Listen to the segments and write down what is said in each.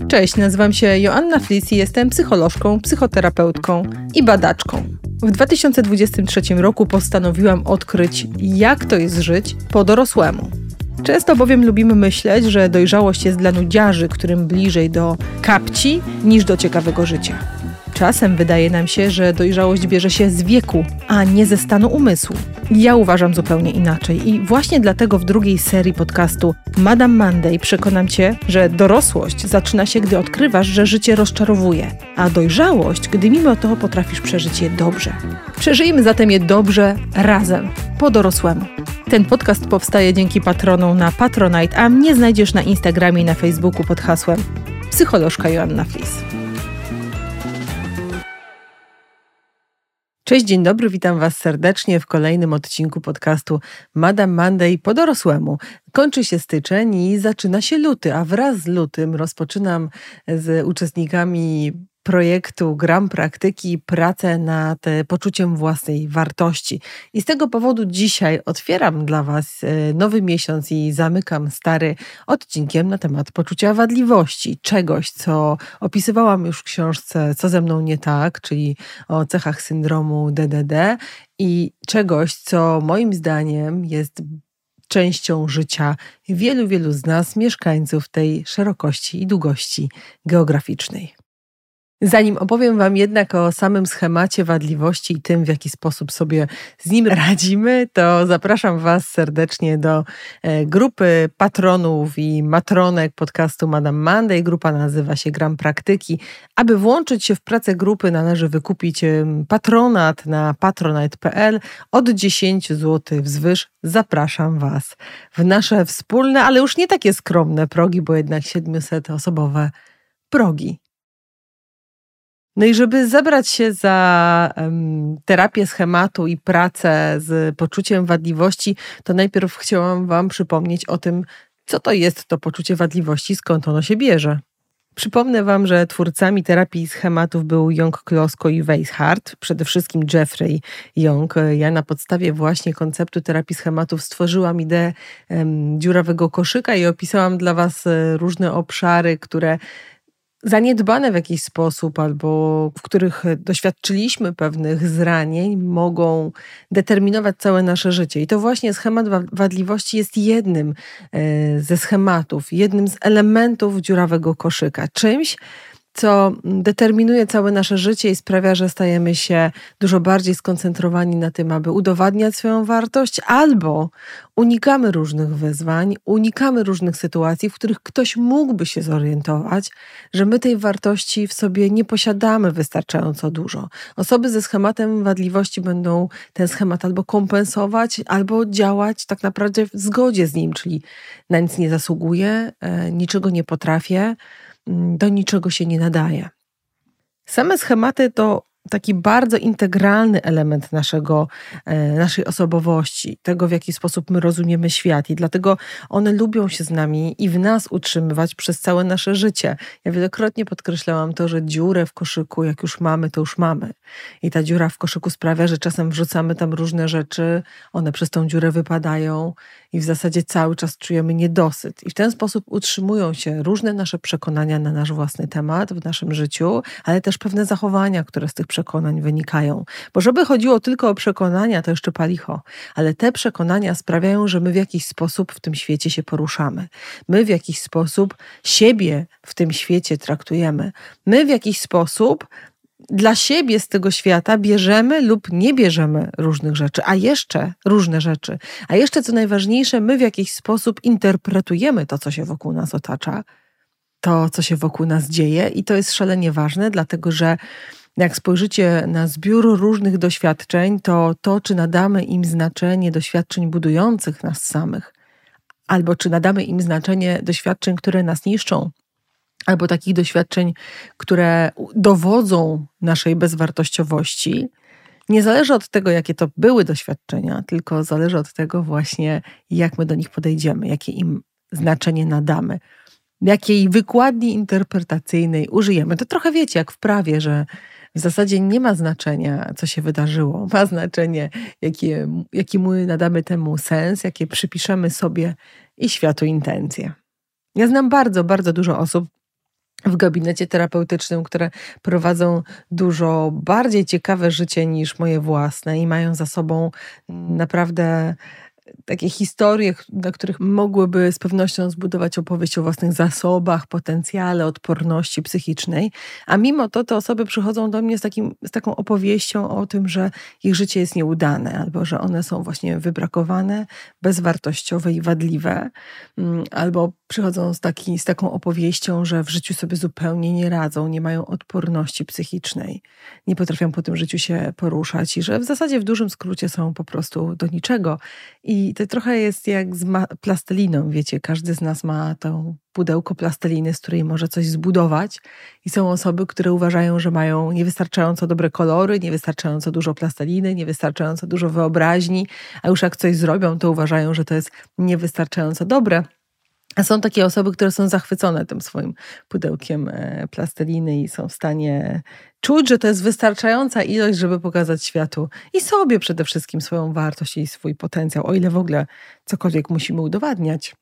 Cześć, nazywam się Joanna Flis i jestem psycholożką, psychoterapeutką i badaczką. W 2023 roku postanowiłam odkryć, jak to jest żyć po dorosłemu. Często bowiem lubimy myśleć, że dojrzałość jest dla nudziarzy, którym bliżej do kapci niż do ciekawego życia. Czasem wydaje nam się, że dojrzałość bierze się z wieku, a nie ze stanu umysłu. Ja uważam zupełnie inaczej i właśnie dlatego w drugiej serii podcastu Madame Monday przekonam Cię, że dorosłość zaczyna się, gdy odkrywasz, że życie rozczarowuje, a dojrzałość, gdy mimo to potrafisz przeżyć je dobrze. Przeżyjmy zatem je dobrze razem, po dorosłemu. Ten podcast powstaje dzięki patronom na Patronite, a mnie znajdziesz na Instagramie i na Facebooku pod hasłem Psycholożka Joanna Flis. Cześć, dzień dobry, witam Was serdecznie w kolejnym odcinku podcastu Madame Monday po dorosłemu. Kończy się styczeń i zaczyna się luty, a wraz z lutym rozpoczynam z uczestnikami projektu Gram Praktyki pracę nad poczuciem własnej wartości. I z tego powodu dzisiaj otwieram dla Was nowy miesiąc i zamykam stary odcinkiem na temat poczucia wadliwości. Czegoś, co opisywałam już w książce Co ze mną nie tak, czyli o cechach syndromu DDD i czegoś, co moim zdaniem jest częścią życia wielu z nas, mieszkańców tej szerokości i długości geograficznej. Zanim opowiem Wam jednak o samym schemacie wadliwości i tym, w jaki sposób sobie z nim radzimy, to zapraszam Was serdecznie do grupy patronów i matronek podcastu Madame Monday. Grupa nazywa się Gram Praktyki. Aby włączyć się w pracę grupy, należy wykupić patronat na patronite.pl od 10 zł wzwyż. Zapraszam Was w nasze wspólne, ale już nie takie skromne progi, bo jednak 700-osobowe progi. No i żeby zabrać się za terapię schematu i pracę z poczuciem wadliwości, to najpierw chciałam Wam przypomnieć o tym, co to jest to poczucie wadliwości, skąd ono się bierze. Przypomnę Wam, że twórcami terapii schematów był Young, Klosko i Weishart, przede wszystkim Jeffrey Young. Ja na podstawie właśnie konceptu terapii schematów stworzyłam ideę dziurawego koszyka i opisałam dla Was różne obszary, które zaniedbane w jakiś sposób albo w których doświadczyliśmy pewnych zranień, mogą determinować całe nasze życie. I to właśnie schemat wadliwości jest jednym ze schematów, jednym z elementów dziurawego koszyka. Czymś, co determinuje całe nasze życie i sprawia, że stajemy się dużo bardziej skoncentrowani na tym, aby udowadniać swoją wartość, albo unikamy różnych wyzwań, unikamy różnych sytuacji, w których ktoś mógłby się zorientować, że my tej wartości w sobie nie posiadamy wystarczająco dużo. Osoby ze schematem wadliwości będą ten schemat albo kompensować, albo działać tak naprawdę w zgodzie z nim, czyli na nic nie zasługuję, niczego nie potrafię, do niczego się nie nadaje. Same schematy to taki bardzo integralny element naszej osobowości, tego w jaki sposób my rozumiemy świat i dlatego one lubią się z nami i w nas utrzymywać przez całe nasze życie. Ja wielokrotnie podkreślałam to, że dziurę w koszyku, jak już mamy, to już mamy. I ta dziura w koszyku sprawia, że czasem wrzucamy tam różne rzeczy, one przez tą dziurę wypadają i w zasadzie cały czas czujemy niedosyt. I w ten sposób utrzymują się różne nasze przekonania na nasz własny temat w naszym życiu, ale też pewne zachowania, które z tych przekonań wynikają. Bo żeby chodziło tylko o przekonania, to jeszcze palicho. Ale te przekonania sprawiają, że my w jakiś sposób w tym świecie się poruszamy. My w jakiś sposób siebie w tym świecie traktujemy. My w jakiś sposób dla siebie z tego świata bierzemy lub nie bierzemy różnych rzeczy, a jeszcze co najważniejsze, my w jakiś sposób interpretujemy to, co się wokół nas otacza, to, co się wokół nas dzieje i to jest szalenie ważne, dlatego że jak spojrzycie na zbiór różnych doświadczeń, to czy nadamy im znaczenie doświadczeń budujących nas samych, albo czy nadamy im znaczenie doświadczeń, które nas niszczą, albo takich doświadczeń, które dowodzą naszej bezwartościowości, nie zależy od tego, jakie to były doświadczenia, tylko zależy od tego właśnie, jak my do nich podejdziemy, jakie im znaczenie nadamy, jakiej wykładni interpretacyjnej użyjemy. To trochę wiecie, jak w prawie, że w zasadzie nie ma znaczenia, co się wydarzyło. Ma znaczenie, jaki my nadamy temu sens, jakie przypiszemy sobie i światu intencje. Ja znam bardzo, bardzo dużo osób, w gabinecie terapeutycznym, które prowadzą dużo bardziej ciekawe życie niż moje własne i mają za sobą naprawdę takie historie, na których mogłyby z pewnością zbudować opowieść o własnych zasobach, potencjale, odporności psychicznej. A mimo to te osoby przychodzą do mnie z taką opowieścią o tym, że ich życie jest nieudane, albo że one są właśnie wybrakowane, bezwartościowe i wadliwe. Albo przychodzą z taką opowieścią, że w życiu sobie zupełnie nie radzą, nie mają odporności psychicznej, nie potrafią po tym życiu się poruszać i że w zasadzie w dużym skrócie są po prostu do niczego. I to trochę jest jak z plasteliną, wiecie, każdy z nas ma to pudełko plasteliny, z której może coś zbudować i są osoby, które uważają, że mają niewystarczająco dobre kolory, niewystarczająco dużo plasteliny, niewystarczająco dużo wyobraźni, a już jak coś zrobią, to uważają, że to jest niewystarczająco dobre. A są takie osoby, które są zachwycone tym swoim pudełkiem plasteliny i są w stanie czuć, że to jest wystarczająca ilość, żeby pokazać światu i sobie przede wszystkim swoją wartość i swój potencjał, o ile w ogóle cokolwiek musimy udowadniać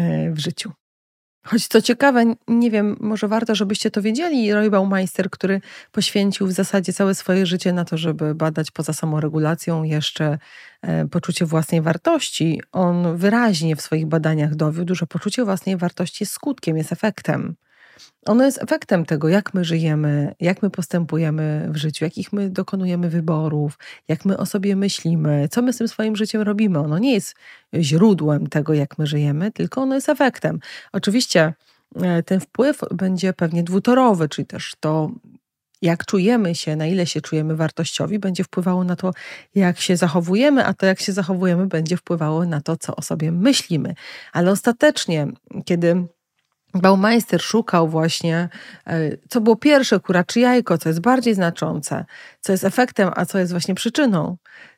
w życiu. Choć co ciekawe, nie wiem, może warto, żebyście to wiedzieli, Roy Baumeister, który poświęcił w zasadzie całe swoje życie na to, żeby badać poza samoregulacją jeszcze poczucie własnej wartości. On wyraźnie w swoich badaniach dowiódł, że poczucie własnej wartości jest skutkiem, jest efektem. Ono jest efektem tego, jak my żyjemy, jak my postępujemy w życiu, jakich my dokonujemy wyborów, jak my o sobie myślimy, co my z tym swoim życiem robimy. Ono nie jest źródłem tego, jak my żyjemy, tylko ono jest efektem. Oczywiście ten wpływ będzie pewnie dwutorowy, czyli też to, jak czujemy się, na ile się czujemy wartościowi, będzie wpływało na to, jak się zachowujemy, a to, jak się zachowujemy, będzie wpływało na to, co o sobie myślimy. Ale ostatecznie, kiedy Baumeister szukał właśnie, co było pierwsze, kura czy jajko, co jest bardziej znaczące, co jest efektem, a co jest właśnie przyczyną,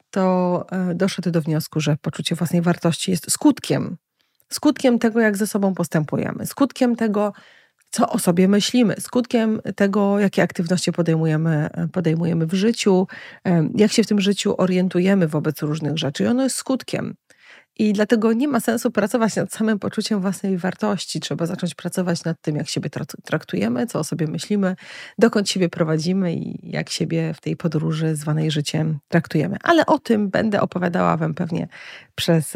to doszedł do wniosku, że poczucie własnej wartości jest skutkiem. Skutkiem tego, jak ze sobą postępujemy, skutkiem tego, co o sobie myślimy, skutkiem tego, jakie aktywności podejmujemy w życiu, jak się w tym życiu orientujemy wobec różnych rzeczy. I ono jest skutkiem. I dlatego nie ma sensu pracować nad samym poczuciem własnej wartości. Trzeba zacząć pracować nad tym, jak siebie traktujemy, co o sobie myślimy, dokąd siebie prowadzimy i jak siebie w tej podróży zwanej życiem traktujemy. Ale o tym będę opowiadała wam pewnie przez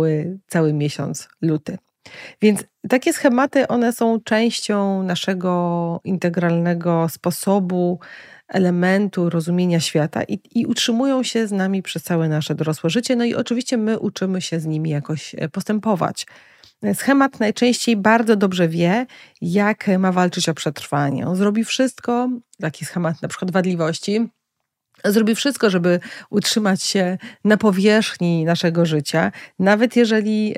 cały miesiąc luty. Więc takie schematy, one są częścią naszego integralnego sposobu, elementu rozumienia świata i utrzymują się z nami przez całe nasze dorosłe życie. No i oczywiście my uczymy się z nimi jakoś postępować. Schemat najczęściej bardzo dobrze wie, jak ma walczyć o przetrwanie. On zrobi wszystko, taki schemat na przykład wadliwości, zrobi wszystko, żeby utrzymać się na powierzchni naszego życia, nawet jeżeli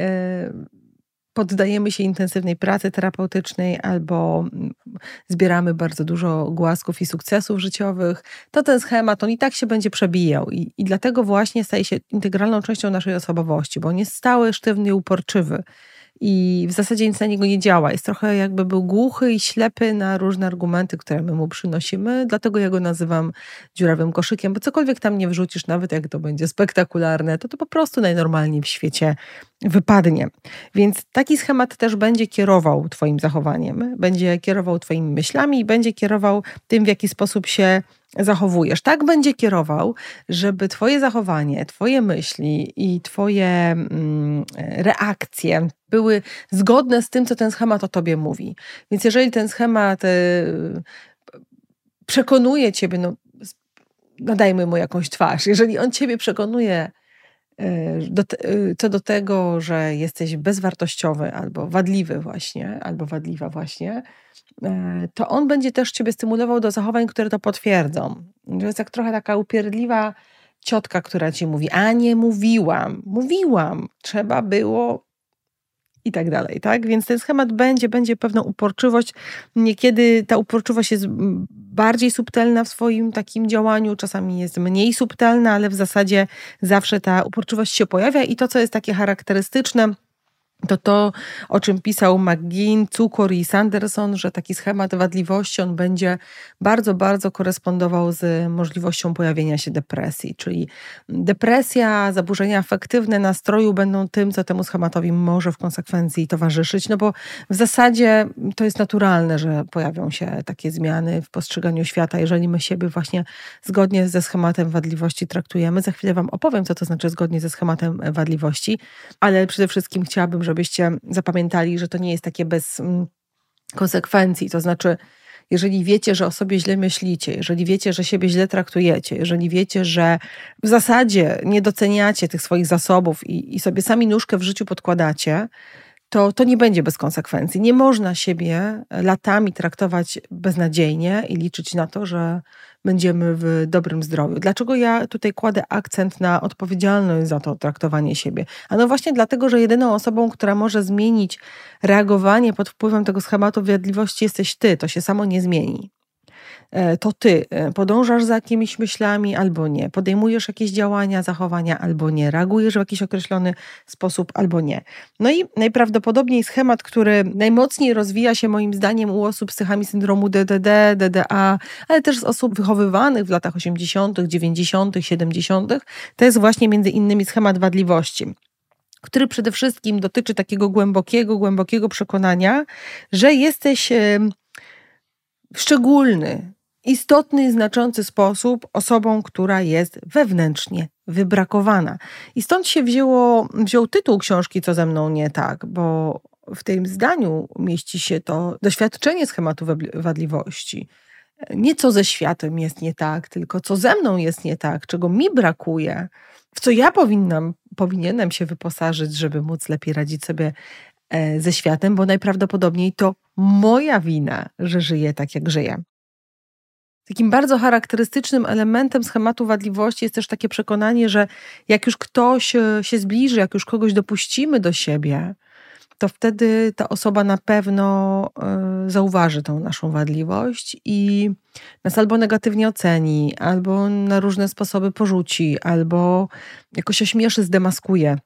poddajemy się intensywnej pracy terapeutycznej albo zbieramy bardzo dużo głasków i sukcesów życiowych, to ten schemat, on i tak się będzie przebijał i dlatego właśnie staje się integralną częścią naszej osobowości, bo on jest stały, sztywny i uporczywy i w zasadzie nic na niego nie działa. Jest trochę jakby był głuchy i ślepy na różne argumenty, które my mu przynosimy, dlatego ja go nazywam dziurawym koszykiem, bo cokolwiek tam nie wrzucisz, nawet jak to będzie spektakularne, to po prostu najnormalniej w świecie wypadnie. Więc taki schemat też będzie kierował twoim zachowaniem, będzie kierował twoimi myślami i będzie kierował tym, w jaki sposób się zachowujesz. Tak będzie kierował, żeby twoje zachowanie, twoje myśli i twoje reakcje były zgodne z tym, co ten schemat o tobie mówi. Więc jeżeli ten schemat przekonuje ciebie, no nadajmy mu jakąś twarz, jeżeli on ciebie przekonuje co do tego, że jesteś bezwartościowy albo wadliwy właśnie, albo wadliwa właśnie, to on będzie też ciebie stymulował do zachowań, które to potwierdzą. To jest jak trochę taka upierdliwa ciotka, która ci mówi, a nie mówiłam, trzeba było i tak dalej, tak? Więc ten schemat będzie pewną uporczywość. Niekiedy ta uporczywość jest bardziej subtelna w swoim takim działaniu, czasami jest mniej subtelna, ale w zasadzie zawsze ta uporczywość się pojawia i to, co jest takie charakterystyczne To, o czym pisał McGinn, Cukor i Sanderson, że taki schemat wadliwości, on będzie bardzo, bardzo korespondował z możliwością pojawienia się depresji. Czyli depresja, zaburzenia afektywne nastroju będą tym, co temu schematowi może w konsekwencji towarzyszyć, no bo w zasadzie to jest naturalne, że pojawią się takie zmiany w postrzeganiu świata, jeżeli my siebie właśnie zgodnie ze schematem wadliwości traktujemy. Za chwilę wam opowiem, co to znaczy zgodnie ze schematem wadliwości, ale przede wszystkim chciałabym, żebyście zapamiętali, że to nie jest takie bez konsekwencji. To znaczy, jeżeli wiecie, że o sobie źle myślicie, jeżeli wiecie, że siebie źle traktujecie, jeżeli wiecie, że w zasadzie nie doceniacie tych swoich zasobów i sobie sami nóżkę w życiu podkładacie, to nie będzie bez konsekwencji. Nie można siebie latami traktować beznadziejnie i liczyć na to, że będziemy w dobrym zdrowiu. Dlaczego ja tutaj kładę akcent na odpowiedzialność za to traktowanie siebie? Ano właśnie dlatego, że jedyną osobą, która może zmienić reagowanie pod wpływem tego schematu wadliwości jesteś ty. To się samo nie zmieni. To ty podążasz za jakimiś myślami albo nie, podejmujesz jakieś działania, zachowania albo nie, reagujesz w jakiś określony sposób albo nie. No i najprawdopodobniej schemat, który najmocniej rozwija się moim zdaniem u osób z cechami syndromu DDD, DDA, ale też z osób wychowywanych w latach 80., 90., 70., to jest właśnie między innymi schemat wadliwości, który przede wszystkim dotyczy takiego głębokiego przekonania, że jesteś w szczególny, istotny i znaczący sposób osobą, która jest wewnętrznie wybrakowana. I stąd się wziął tytuł książki Co ze mną nie tak, bo w tym zdaniu mieści się to doświadczenie schematu wadliwości. Nie co ze światem jest nie tak, tylko co ze mną jest nie tak, czego mi brakuje, w co ja powinienem się wyposażyć, żeby móc lepiej radzić sobie ze światem, bo najprawdopodobniej to moja wina, że żyję tak, jak żyję. Takim bardzo charakterystycznym elementem schematu wadliwości jest też takie przekonanie, że jak już ktoś się zbliży, jak już kogoś dopuścimy do siebie, to wtedy ta osoba na pewno zauważy tą naszą wadliwość i nas albo negatywnie oceni, albo na różne sposoby porzuci, albo jakoś ośmieszy, zdemaskuje.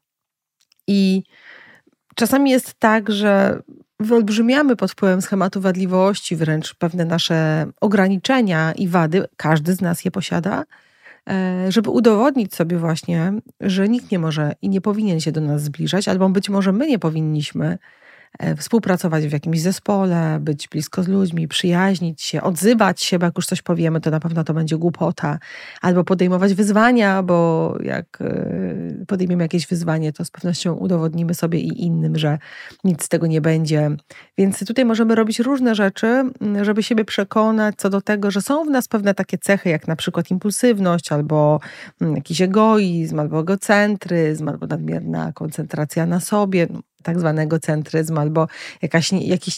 I czasami jest tak, że wyolbrzymiamy pod wpływem schematu wadliwości wręcz pewne nasze ograniczenia i wady, każdy z nas je posiada, żeby udowodnić sobie właśnie, że nikt nie może i nie powinien się do nas zbliżać, albo być może my nie powinniśmy współpracować w jakimś zespole, być blisko z ludźmi, przyjaźnić się, odzywać się, bo jak już coś powiemy, to na pewno to będzie głupota. Albo podejmować wyzwania, bo jak podejmiemy jakieś wyzwanie, to z pewnością udowodnimy sobie i innym, że nic z tego nie będzie. Więc tutaj możemy robić różne rzeczy, żeby siebie przekonać co do tego, że są w nas pewne takie cechy, jak na przykład impulsywność, albo jakiś egoizm, albo egocentryzm, albo nadmierna koncentracja na sobie, tak zwany egocentryzm, albo jakaś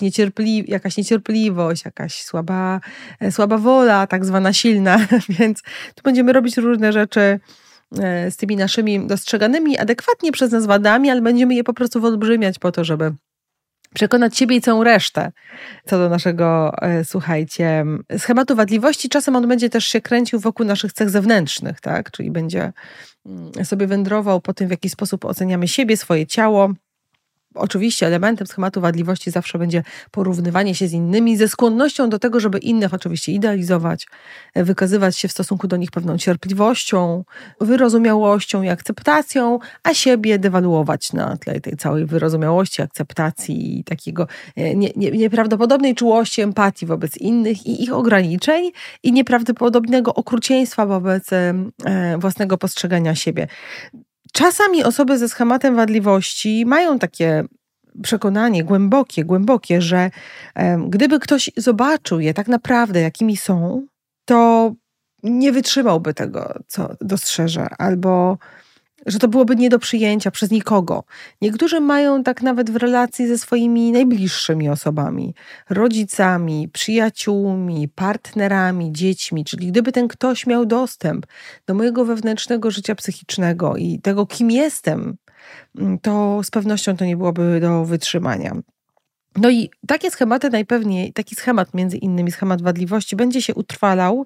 niecierpliwość, jakaś słaba wola, tak zwana silna, więc tu będziemy robić różne rzeczy z tymi naszymi dostrzeganymi adekwatnie przez nas wadami, ale będziemy je po prostu wyolbrzymiać po to, żeby przekonać siebie i całą resztę co do naszego, słuchajcie, schematu wadliwości. Czasem on będzie też się kręcił wokół naszych cech zewnętrznych, tak? Czyli będzie sobie wędrował po tym, w jaki sposób oceniamy siebie, swoje ciało. Oczywiście elementem schematu wadliwości zawsze będzie porównywanie się z innymi, ze skłonnością do tego, żeby innych oczywiście idealizować, wykazywać się w stosunku do nich pewną cierpliwością, wyrozumiałością i akceptacją, a siebie dewaluować na tle tej całej wyrozumiałości, akceptacji i takiego nieprawdopodobnej czułości, empatii wobec innych i ich ograniczeń i nieprawdopodobnego okrucieństwa wobec własnego postrzegania siebie. Czasami osoby ze schematem wadliwości mają takie przekonanie głębokie, że gdyby ktoś zobaczył je tak naprawdę, jakimi są, to nie wytrzymałby tego, co dostrzeże, albo że to byłoby nie do przyjęcia przez nikogo. Niektórzy mają tak nawet w relacji ze swoimi najbliższymi osobami, rodzicami, przyjaciółmi, partnerami, dziećmi, czyli gdyby ten ktoś miał dostęp do mojego wewnętrznego życia psychicznego i tego, kim jestem, to z pewnością to nie byłoby do wytrzymania. No i takie schematy najpewniej, taki schemat między innymi, schemat wadliwości będzie się utrwalał,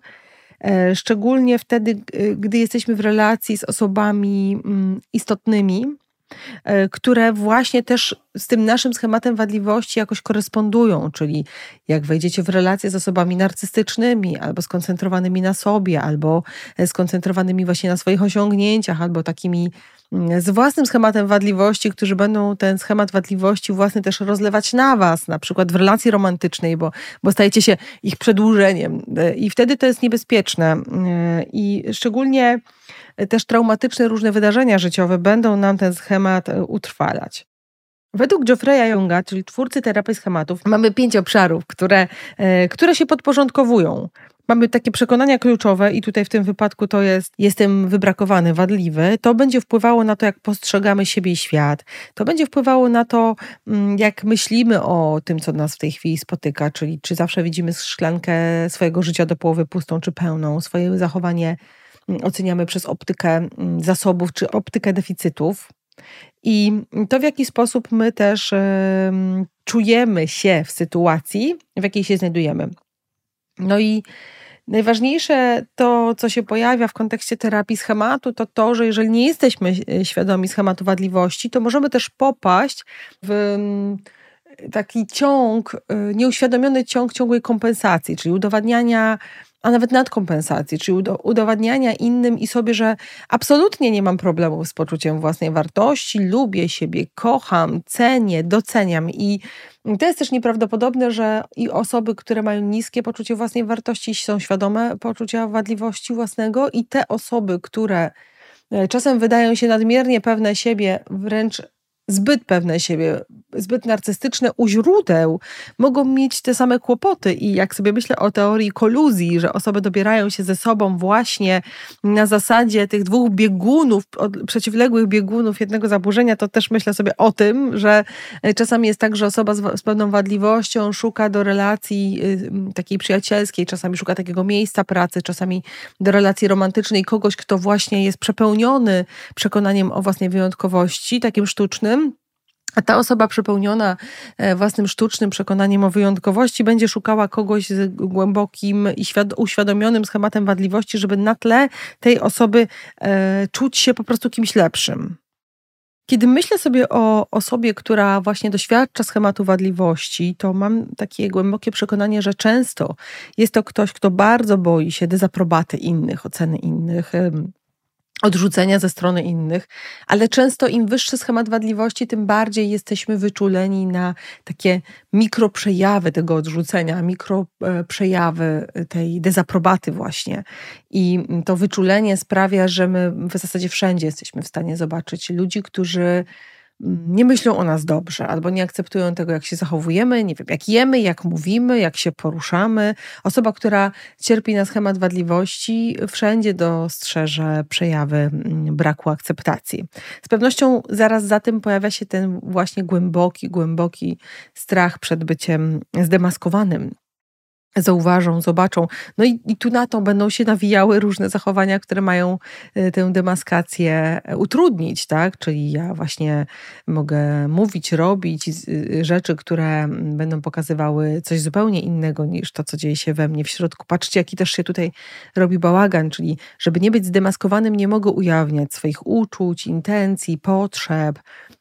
szczególnie wtedy, gdy jesteśmy w relacji z osobami istotnymi które właśnie też z tym naszym schematem wadliwości jakoś korespondują, czyli jak wejdziecie w relacje z osobami narcystycznymi, albo skoncentrowanymi na sobie, albo skoncentrowanymi właśnie na swoich osiągnięciach, albo takimi z własnym schematem wadliwości, którzy będą ten schemat wadliwości własny też rozlewać na was, na przykład w relacji romantycznej, bo stajecie się ich przedłużeniem. I wtedy to jest niebezpieczne. I szczególnie też traumatyczne różne wydarzenia życiowe będą nam ten schemat utrwalać. Według Geoffreya Younga, czyli twórcy terapii schematów, mamy 5 obszarów, które się podporządkowują. Mamy takie przekonania kluczowe i tutaj w tym wypadku to jest: jestem wybrakowany, wadliwy. To będzie wpływało na to, jak postrzegamy siebie i świat. To będzie wpływało na to, jak myślimy o tym, co nas w tej chwili spotyka, czyli czy zawsze widzimy szklankę swojego życia do połowy pustą czy pełną. Swoje zachowanie oceniamy przez optykę zasobów czy optykę deficytów. I to, w jaki sposób my też czujemy się w sytuacji, w jakiej się znajdujemy. No i najważniejsze to, co się pojawia w kontekście terapii schematu, to to, że jeżeli nie jesteśmy świadomi schematu wadliwości, to możemy też popaść w taki ciąg, nieuświadomiony ciąg ciągłej kompensacji, czyli udowadniania, a nawet nadkompensacji, czyli udowadniania innym i sobie, że absolutnie nie mam problemów z poczuciem własnej wartości, lubię siebie, kocham, cenię, doceniam. I to jest też nieprawdopodobne, że i osoby, które mają niskie poczucie własnej wartości, są świadome poczucia wadliwości własnego, i te osoby, które czasem wydają się nadmiernie pewne siebie, wręcz zbyt pewne siebie, zbyt narcystyczne u źródeł, mogą mieć te same kłopoty. I jak sobie myślę o teorii koluzji, że osoby dobierają się ze sobą właśnie na zasadzie tych dwóch biegunów, przeciwległych biegunów jednego zaburzenia, to też myślę sobie o tym, że czasami jest tak, że osoba z pewną wadliwością szuka do relacji takiej przyjacielskiej, czasami szuka takiego miejsca pracy, czasami do relacji romantycznej kogoś, kto właśnie jest przepełniony przekonaniem o własnej wyjątkowości, takim sztucznym. A ta osoba przepełniona własnym sztucznym przekonaniem o wyjątkowości będzie szukała kogoś z głębokim i uświadomionym schematem wadliwości, żeby na tle tej osoby czuć się po prostu kimś lepszym. Kiedy myślę sobie o osobie, która właśnie doświadcza schematu wadliwości, to mam takie głębokie przekonanie, że często jest to ktoś, kto bardzo boi się dezaprobaty innych, oceny innych, odrzucenia ze strony innych, ale często im wyższy schemat wadliwości, tym bardziej jesteśmy wyczuleni na takie mikroprzejawy tego odrzucenia, mikroprzejawy tej dezaprobaty właśnie. I to wyczulenie sprawia, że my w zasadzie wszędzie jesteśmy w stanie zobaczyć ludzi, którzy nie myślą o nas dobrze, albo nie akceptują tego, jak się zachowujemy, nie wiem, jak jemy, jak mówimy, jak się poruszamy. Osoba, która cierpi na schemat wadliwości, wszędzie dostrzeże przejawy braku akceptacji. Z pewnością zaraz za tym pojawia się ten właśnie głęboki strach przed byciem zdemaskowanym. Zauważą, zobaczą. No i tu na to będą się nawijały różne zachowania, które mają tę demaskację utrudnić, tak? Czyli ja właśnie mogę mówić, robić rzeczy, które będą pokazywały coś zupełnie innego niż to, co dzieje się we mnie w środku. Patrzcie, jaki też się tutaj robi bałagan, czyli żeby nie być zdemaskowanym, nie mogę ujawniać swoich uczuć, intencji, potrzeb,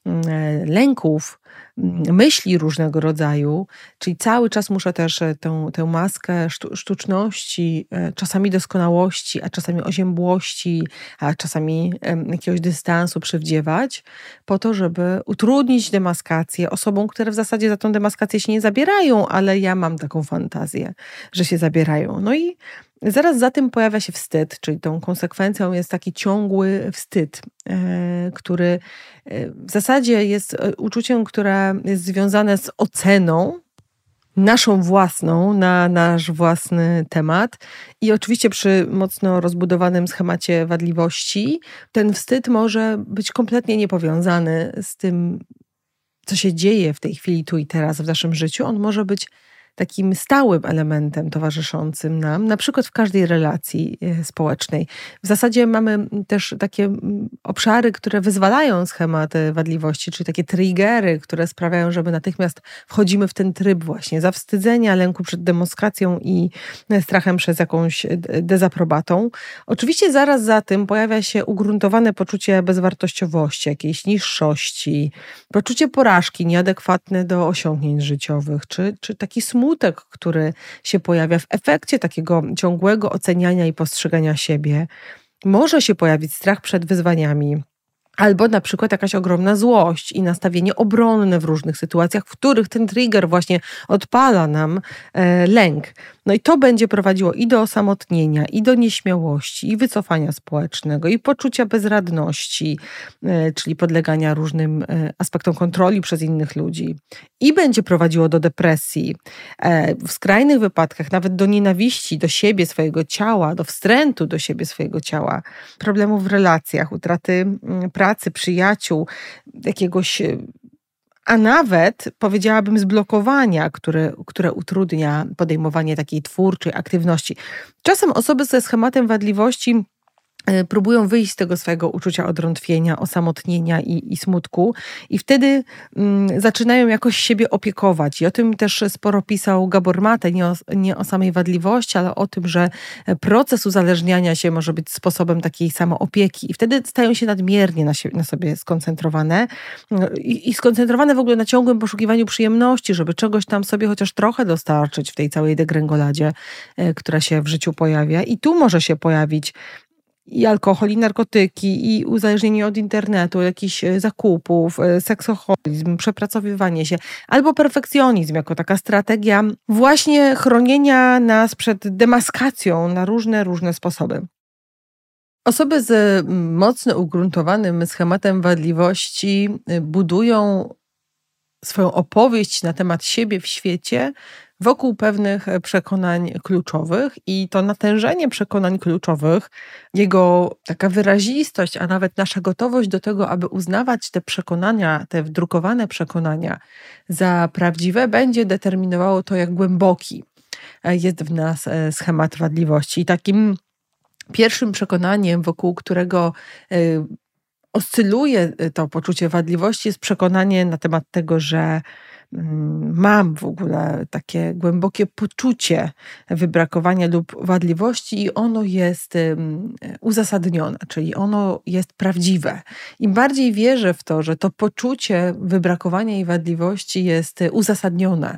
lęków, myśli różnego rodzaju, czyli cały czas muszę też tę maskę sztuczności, czasami doskonałości, a czasami oziębłości, a czasami jakiegoś dystansu przywdziewać, po to, żeby utrudnić demaskację osobom, które w zasadzie za tą demaskację się nie zabierają, ale ja mam taką fantazję, że się zabierają. No i zaraz za tym pojawia się wstyd, czyli tą konsekwencją jest taki ciągły wstyd, który w zasadzie jest uczuciem, które jest związane z oceną naszą własną, na nasz własny temat. I oczywiście przy mocno rozbudowanym schemacie wadliwości ten wstyd może być kompletnie niepowiązany z tym, co się dzieje w tej chwili, tu i teraz w naszym życiu. On może być takim stałym elementem towarzyszącym nam, na przykład w każdej relacji społecznej. W zasadzie mamy też takie obszary, które wyzwalają schemat wadliwości, czyli takie triggery, które sprawiają, że my natychmiast wchodzimy w ten tryb właśnie zawstydzenia, lęku przed demonstracją i strachem przez jakąś dezaprobatą. Oczywiście zaraz za tym pojawia się ugruntowane poczucie bezwartościowości, jakiejś niższości, poczucie porażki nieadekwatne do osiągnięć życiowych, czy taki smutek, który się pojawia w efekcie takiego ciągłego oceniania i postrzegania siebie. Może się pojawić strach przed wyzwaniami. Albo na przykład jakaś ogromna złość i nastawienie obronne w różnych sytuacjach, w których ten trigger właśnie odpala nam lęk. No i to będzie prowadziło i do osamotnienia, i do nieśmiałości, i wycofania społecznego, i poczucia bezradności, czyli podlegania różnym aspektom kontroli przez innych ludzi. I będzie prowadziło do depresji, w skrajnych wypadkach nawet do nienawiści do siebie, swojego ciała, do wstrętu do siebie, swojego ciała, problemów w relacjach, utraty pracy, przyjaciół, jakiegoś, a nawet powiedziałabym zblokowania, które utrudnia podejmowanie takiej twórczej aktywności. Czasem osoby ze schematem wadliwości próbują wyjść z tego swojego uczucia odrątwienia, osamotnienia i smutku i wtedy zaczynają jakoś siebie opiekować. I o tym też sporo pisał Gabor Mate, nie o samej wadliwości, ale o tym, że proces uzależniania się może być sposobem takiej samoopieki i wtedy stają się nadmiernie na sobie skoncentrowane i skoncentrowane w ogóle na ciągłym poszukiwaniu przyjemności, żeby czegoś tam sobie chociaż trochę dostarczyć w tej całej degrengoladzie, która się w życiu pojawia. I tu może się pojawić i alkohol, i narkotyki, i uzależnienie od internetu, jakichś zakupów, seksoholizm, przepracowywanie się, albo perfekcjonizm jako taka strategia właśnie chronienia nas przed demaskacją na różne sposoby. Osoby z mocno ugruntowanym schematem wadliwości budują swoją opowieść na temat siebie w świecie wokół pewnych przekonań kluczowych i to natężenie przekonań kluczowych, jego taka wyrazistość, a nawet nasza gotowość do tego, aby uznawać te przekonania, te wdrukowane przekonania za prawdziwe, będzie determinowało to, jak głęboki jest w nas schemat wadliwości. I takim pierwszym przekonaniem, wokół którego oscyluje to poczucie wadliwości, jest przekonanie na temat tego, że mam w ogóle takie głębokie poczucie wybrakowania lub wadliwości i ono jest uzasadnione, czyli ono jest prawdziwe. Im bardziej wierzę w to, że to poczucie wybrakowania i wadliwości jest uzasadnione,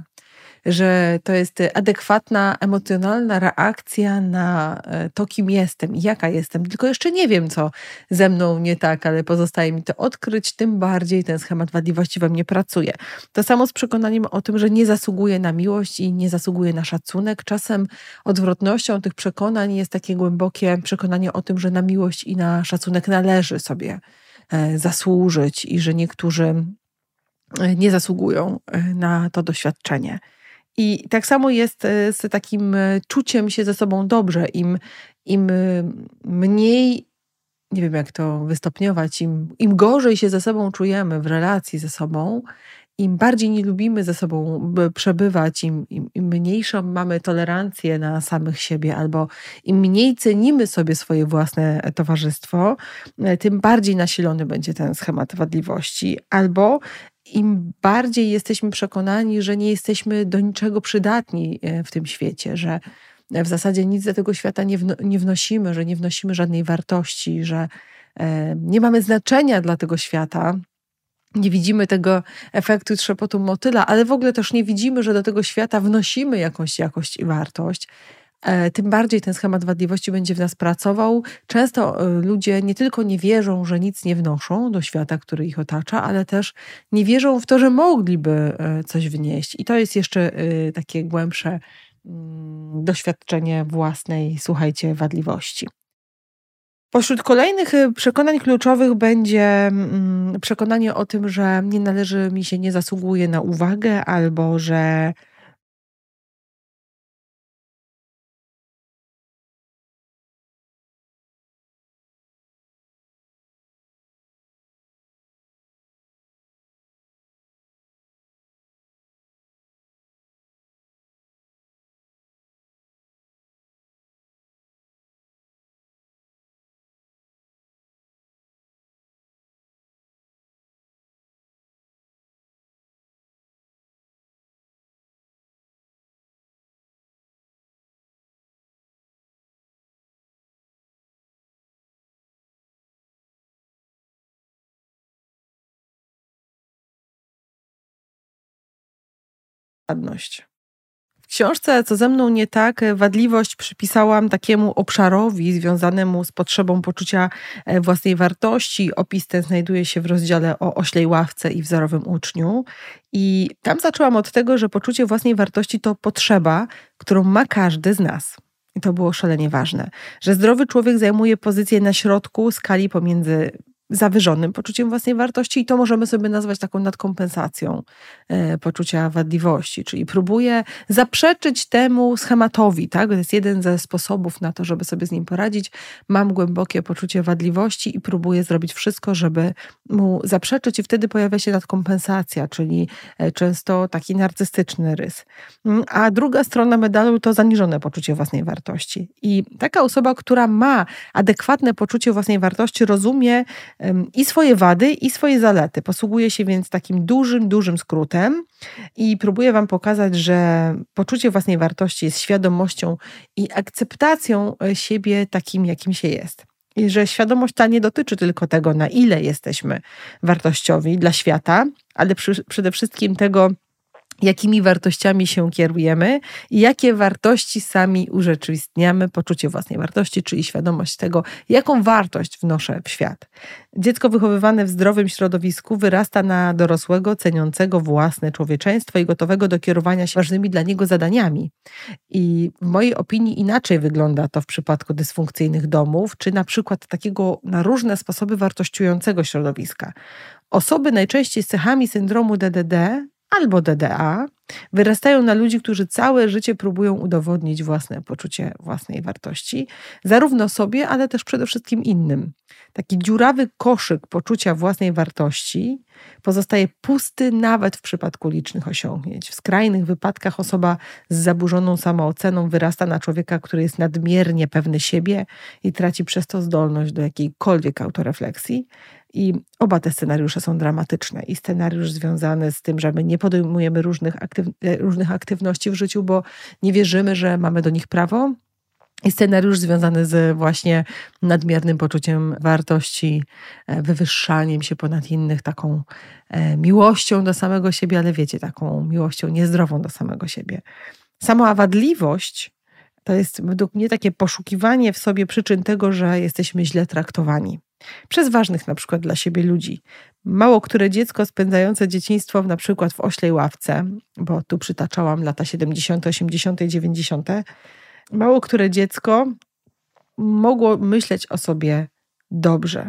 że to jest adekwatna, emocjonalna reakcja na to, kim jestem i jaka jestem. Tylko jeszcze nie wiem, co ze mną nie tak, ale pozostaje mi to odkryć, tym bardziej ten schemat wadliwości we mnie pracuje. To samo z przekonaniem o tym, że nie zasługuję na miłość i nie zasługuję na szacunek. Czasem odwrotnością tych przekonań jest takie głębokie przekonanie o tym, że na miłość i na szacunek należy sobie zasłużyć i że niektórzy nie zasługują na to doświadczenie. I tak samo jest z takim czuciem się ze sobą dobrze. Im mniej, nie wiem jak to wystopniować, im gorzej się ze sobą czujemy w relacji ze sobą, im bardziej nie lubimy ze sobą przebywać, im mniejszą mamy tolerancję na samych siebie, albo im mniej cenimy sobie swoje własne towarzystwo, tym bardziej nasilony będzie ten schemat wadliwości. Albo im bardziej jesteśmy przekonani, że nie jesteśmy do niczego przydatni w tym świecie, że w zasadzie nic do tego świata nie wnosimy, że nie wnosimy żadnej wartości, że nie mamy znaczenia dla tego świata. Nie widzimy tego efektu trzepotu motyla, ale w ogóle też nie widzimy, że do tego świata wnosimy jakąś jakość i wartość. Tym bardziej ten schemat wadliwości będzie w nas pracował. Często ludzie nie tylko nie wierzą, że nic nie wnoszą do świata, który ich otacza, ale też nie wierzą w to, że mogliby coś wnieść. I to jest jeszcze takie głębsze doświadczenie własnej, słuchajcie, wadliwości. Pośród kolejnych przekonań kluczowych będzie przekonanie o tym, że nie należy mi się, nie zasługuje na uwagę, albo że wadliwość. W książce Co ze mną nie tak, wadliwość przypisałam takiemu obszarowi związanemu z potrzebą poczucia własnej wartości. Opis ten znajduje się w rozdziale o oślej ławce i wzorowym uczniu. I tam zaczęłam od tego, że poczucie własnej wartości to potrzeba, którą ma każdy z nas. I to było szalenie ważne, że zdrowy człowiek zajmuje pozycję na środku skali pomiędzy zawyżonym poczuciem własnej wartości i to możemy sobie nazwać taką nadkompensacją poczucia wadliwości, czyli próbuje zaprzeczyć temu schematowi, tak? To jest jeden ze sposobów na to, żeby sobie z nim poradzić. Mam głębokie poczucie wadliwości i próbuję zrobić wszystko, żeby mu zaprzeczyć i wtedy pojawia się nadkompensacja, czyli często taki narcystyczny rys. A druga strona medalu to zaniżone poczucie własnej wartości. I taka osoba, która ma adekwatne poczucie własnej wartości, rozumie i swoje wady, i swoje zalety. Posługuje się więc takim dużym skrótem i próbuję wam pokazać, że poczucie własnej wartości jest świadomością i akceptacją siebie takim, jakim się jest. I że świadomość ta nie dotyczy tylko tego, na ile jesteśmy wartościowi dla świata, ale przede wszystkim tego, jakimi wartościami się kierujemy i jakie wartości sami urzeczywistniamy, poczucie własnej wartości, czyli świadomość tego, jaką wartość wnoszę w świat. Dziecko wychowywane w zdrowym środowisku wyrasta na dorosłego, ceniącego własne człowieczeństwo i gotowego do kierowania się ważnymi dla niego zadaniami. I w mojej opinii inaczej wygląda to w przypadku dysfunkcyjnych domów, czy na przykład takiego na różne sposoby wartościującego środowiska. Osoby najczęściej z cechami syndromu DDD albo DDA wyrastają na ludzi, którzy całe życie próbują udowodnić własne poczucie własnej wartości, zarówno sobie, ale też przede wszystkim innym. Taki dziurawy koszyk poczucia własnej wartości pozostaje pusty nawet w przypadku licznych osiągnięć. W skrajnych wypadkach osoba z zaburzoną samooceną wyrasta na człowieka, który jest nadmiernie pewny siebie i traci przez to zdolność do jakiejkolwiek autorefleksji. I oba te scenariusze są dramatyczne. I scenariusz związany z tym, że my nie podejmujemy różnych aktywności w życiu, bo nie wierzymy, że mamy do nich prawo. I scenariusz związany z właśnie nadmiernym poczuciem wartości, wywyższaniem się ponad innych, taką miłością do samego siebie, ale wiecie, taką miłością niezdrową do samego siebie. Sama wadliwość to jest według mnie takie poszukiwanie w sobie przyczyn tego, że jesteśmy źle traktowani. Przez ważnych na przykład dla siebie ludzi. Mało które dziecko spędzające dzieciństwo na przykład w oślej ławce, bo tu przytaczałam lata 70., 80., 90., mało które dziecko mogło myśleć o sobie dobrze.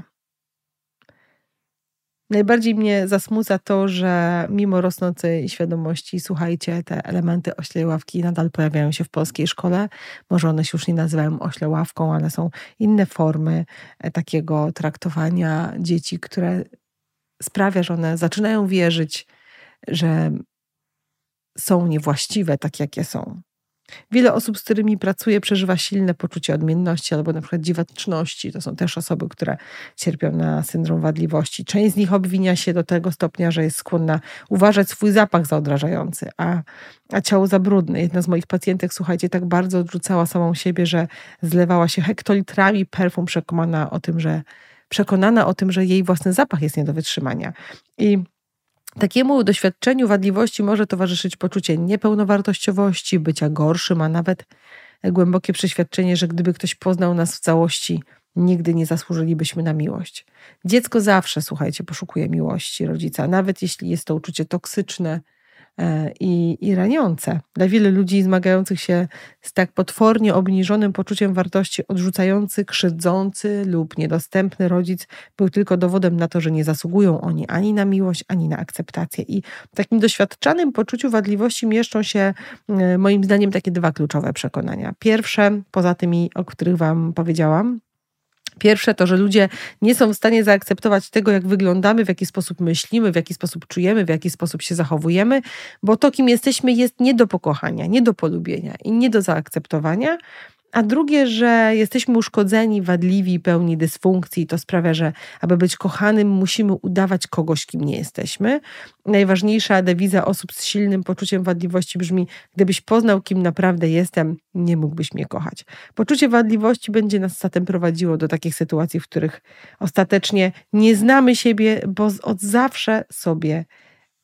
Najbardziej mnie zasmuca to, że mimo rosnącej świadomości, słuchajcie, te elementy oślej ławki nadal pojawiają się w polskiej szkole. Może one się już nie nazywają oślą ławką, ale są inne formy takiego traktowania dzieci, które sprawia, że one zaczynają wierzyć, że są niewłaściwe tak, jakie są. Wiele osób, z którymi pracuję, przeżywa silne poczucie odmienności albo na przykład dziwaczności. To są też osoby, które cierpią na syndrom wadliwości. Część z nich obwinia się do tego stopnia, że jest skłonna uważać swój zapach za odrażający, a ciało za brudne. Jedna z moich pacjentek, słuchajcie, tak bardzo odrzucała samą siebie, że zlewała się hektolitrami perfum, przekonana o tym, że jej własny zapach jest nie do wytrzymania. I takiemu doświadczeniu wadliwości może towarzyszyć poczucie niepełnowartościowości, bycia gorszym, a nawet głębokie przeświadczenie, że gdyby ktoś poznał nas w całości, nigdy nie zasłużylibyśmy na miłość. Dziecko zawsze, słuchajcie, poszukuje miłości rodzica, nawet jeśli jest to uczucie toksyczne i raniące. Dla wielu ludzi zmagających się z tak potwornie obniżonym poczuciem wartości odrzucający, krzywdzący lub niedostępny rodzic był tylko dowodem na to, że nie zasługują oni ani na miłość, ani na akceptację. I w takim doświadczanym poczuciu wadliwości mieszczą się moim zdaniem takie dwa kluczowe przekonania. Pierwsze, poza tymi, o których wam powiedziałam, pierwsze to, że ludzie nie są w stanie zaakceptować tego, jak wyglądamy, w jaki sposób myślimy, w jaki sposób czujemy, w jaki sposób się zachowujemy, bo to, kim jesteśmy, jest nie do pokochania, nie do polubienia i nie do zaakceptowania. A drugie, że jesteśmy uszkodzeni, wadliwi, pełni dysfunkcji. To sprawia, że aby być kochanym, musimy udawać kogoś, kim nie jesteśmy. Najważniejsza dewiza osób z silnym poczuciem wadliwości brzmi: gdybyś poznał, kim naprawdę jestem, nie mógłbyś mnie kochać. Poczucie wadliwości będzie nas zatem prowadziło do takich sytuacji, w których ostatecznie nie znamy siebie, bo od zawsze sobie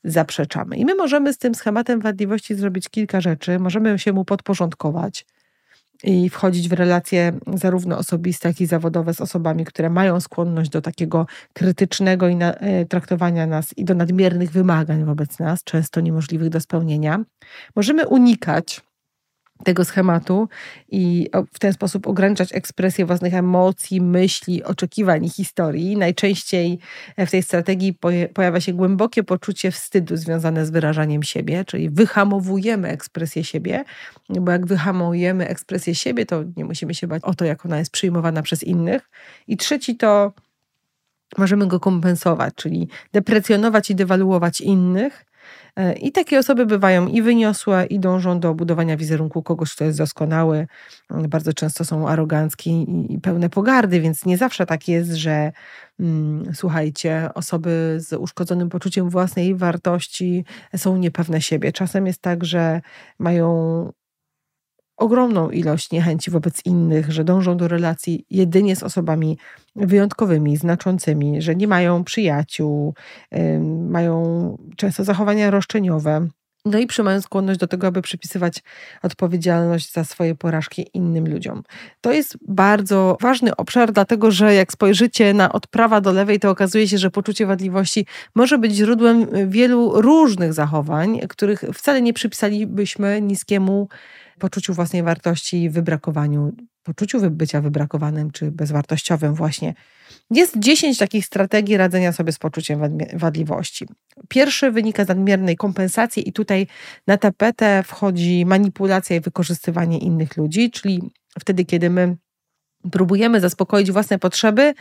zaprzeczamy. I my możemy z tym schematem wadliwości zrobić kilka rzeczy. Możemy się mu podporządkować i wchodzić w relacje zarówno osobiste, jak i zawodowe z osobami, które mają skłonność do takiego krytycznego traktowania nas i do nadmiernych wymagań wobec nas, często niemożliwych do spełnienia. Możemy unikać tego schematu i w ten sposób ograniczać ekspresję własnych emocji, myśli, oczekiwań i historii. Najczęściej w tej strategii pojawia się głębokie poczucie wstydu związane z wyrażaniem siebie, czyli wyhamowujemy ekspresję siebie, bo jak wyhamujemy ekspresję siebie, to nie musimy się bać o to, jak ona jest przyjmowana przez innych. I trzeci to możemy go kompensować, czyli deprecjonować i dewaluować innych. I takie osoby bywają i wyniosłe, i dążą do budowania wizerunku kogoś, kto jest doskonały. Bardzo często są aroganckie i pełne pogardy, więc nie zawsze tak jest, że słuchajcie, osoby z uszkodzonym poczuciem własnej wartości są niepewne siebie. Czasem jest tak, że mają ogromną ilość niechęci wobec innych, że dążą do relacji jedynie z osobami wyjątkowymi, znaczącymi, że nie mają przyjaciół, mają często zachowania roszczeniowe. No i mają skłonność do tego, aby przypisywać odpowiedzialność za swoje porażki innym ludziom. To jest bardzo ważny obszar, dlatego że jak spojrzycie od prawa do lewej, to okazuje się, że poczucie wadliwości może być źródłem wielu różnych zachowań, których wcale nie przypisalibyśmy niskiemu poczuciu własnej wartości, poczuciu bycia wybrakowanym czy bezwartościowym właśnie. Jest 10 takich strategii radzenia sobie z poczuciem wadliwości. Pierwszy wynika z nadmiernej kompensacji i tutaj na tapetę wchodzi manipulacja i wykorzystywanie innych ludzi, czyli wtedy, kiedy my próbujemy zaspokoić własne potrzeby,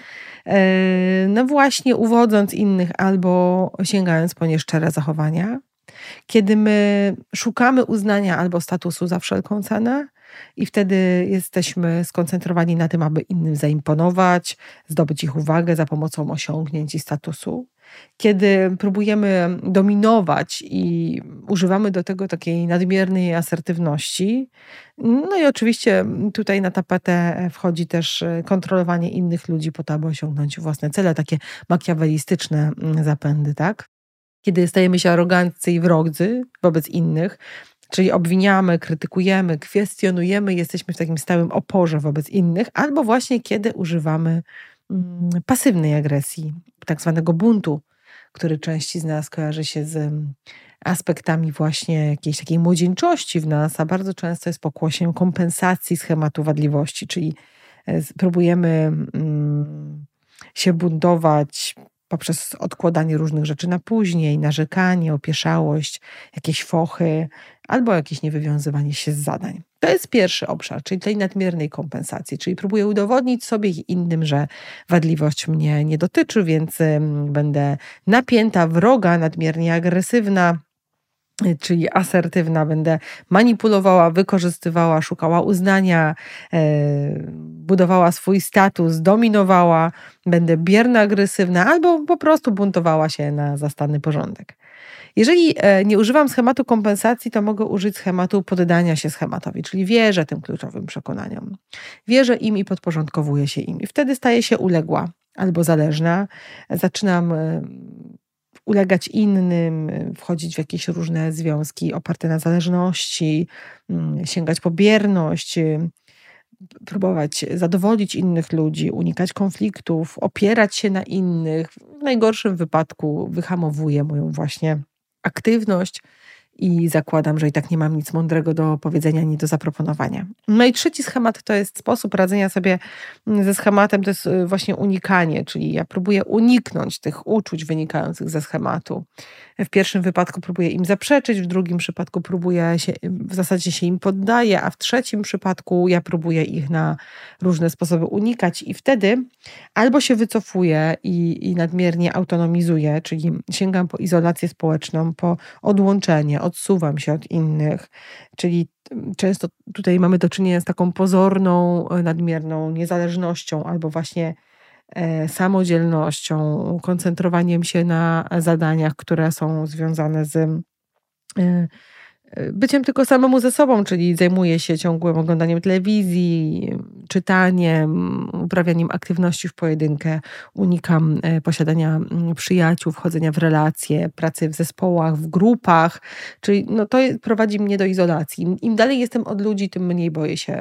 no właśnie uwodząc innych albo sięgając po nieszczere zachowania. Kiedy my szukamy uznania albo statusu za wszelką cenę i wtedy jesteśmy skoncentrowani na tym, aby innym zaimponować, zdobyć ich uwagę za pomocą osiągnięć i statusu. Kiedy próbujemy dominować i używamy do tego takiej nadmiernej asertywności. No i oczywiście tutaj na tapetę wchodzi też kontrolowanie innych ludzi po to, aby osiągnąć własne cele, takie makiawelistyczne zapędy, tak? Kiedy stajemy się aroganccy i wrodzy wobec innych, czyli obwiniamy, krytykujemy, kwestionujemy, jesteśmy w takim stałym oporze wobec innych, albo właśnie kiedy używamy pasywnej agresji, tak zwanego buntu, który części z nas kojarzy się z aspektami właśnie jakiejś takiej młodzieńczości w nas, a bardzo często jest pokłosiem kompensacji schematu wadliwości, czyli próbujemy się buntować poprzez odkładanie różnych rzeczy na później, narzekanie, opieszałość, jakieś fochy albo jakieś niewywiązywanie się z zadań. To jest pierwszy obszar, czyli tej nadmiernej kompensacji, czyli próbuję udowodnić sobie i innym, że wadliwość mnie nie dotyczy, więc będę napięta, wroga, nadmiernie agresywna, czyli asertywna, będę manipulowała, wykorzystywała, szukała uznania, budowała swój status, dominowała, będę bierna, agresywna albo po prostu buntowała się na zastany porządek. Jeżeli nie używam schematu kompensacji, to mogę użyć schematu poddania się schematowi, czyli wierzę tym kluczowym przekonaniom. Wierzę im i podporządkowuję się im. I wtedy staję się uległa albo zależna. Zaczynam ulegać innym, wchodzić w jakieś różne związki oparte na zależności, sięgać po bierność, próbować zadowolić innych ludzi, unikać konfliktów, opierać się na innych. W najgorszym wypadku wyhamowuję moją właśnie aktywność i zakładam, że i tak nie mam nic mądrego do powiedzenia ani do zaproponowania. No i trzeci schemat to jest sposób radzenia sobie ze schematem, to jest właśnie unikanie, czyli ja próbuję uniknąć tych uczuć wynikających ze schematu. W pierwszym wypadku próbuję im zaprzeczyć, w drugim przypadku w zasadzie się im poddaję, a w trzecim przypadku ja próbuję ich na różne sposoby unikać i wtedy albo się wycofuję i nadmiernie autonomizuję, czyli sięgam po izolację społeczną, po odłączenie, odsuwam się od innych, czyli często tutaj mamy do czynienia z taką pozorną, nadmierną niezależnością albo właśnie samodzielnością, koncentrowaniem się na zadaniach, które są związane z byciem tylko samemu ze sobą, czyli zajmuję się ciągłym oglądaniem telewizji, czytaniem, uprawianiem aktywności w pojedynkę, unikam posiadania przyjaciół, wchodzenia w relacje, pracy w zespołach, w grupach, czyli prowadzi mnie do izolacji. Im dalej jestem od ludzi, tym mniej boję się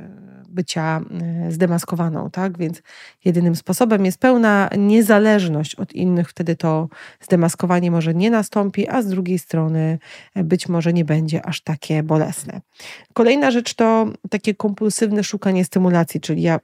bycia zdemaskowaną, tak? Więc jedynym sposobem jest pełna niezależność od innych, wtedy to zdemaskowanie może nie nastąpi, a z drugiej strony być może nie będzie aż takie bolesne. Kolejna rzecz to takie kompulsywne szukanie stymulacji, czyli ja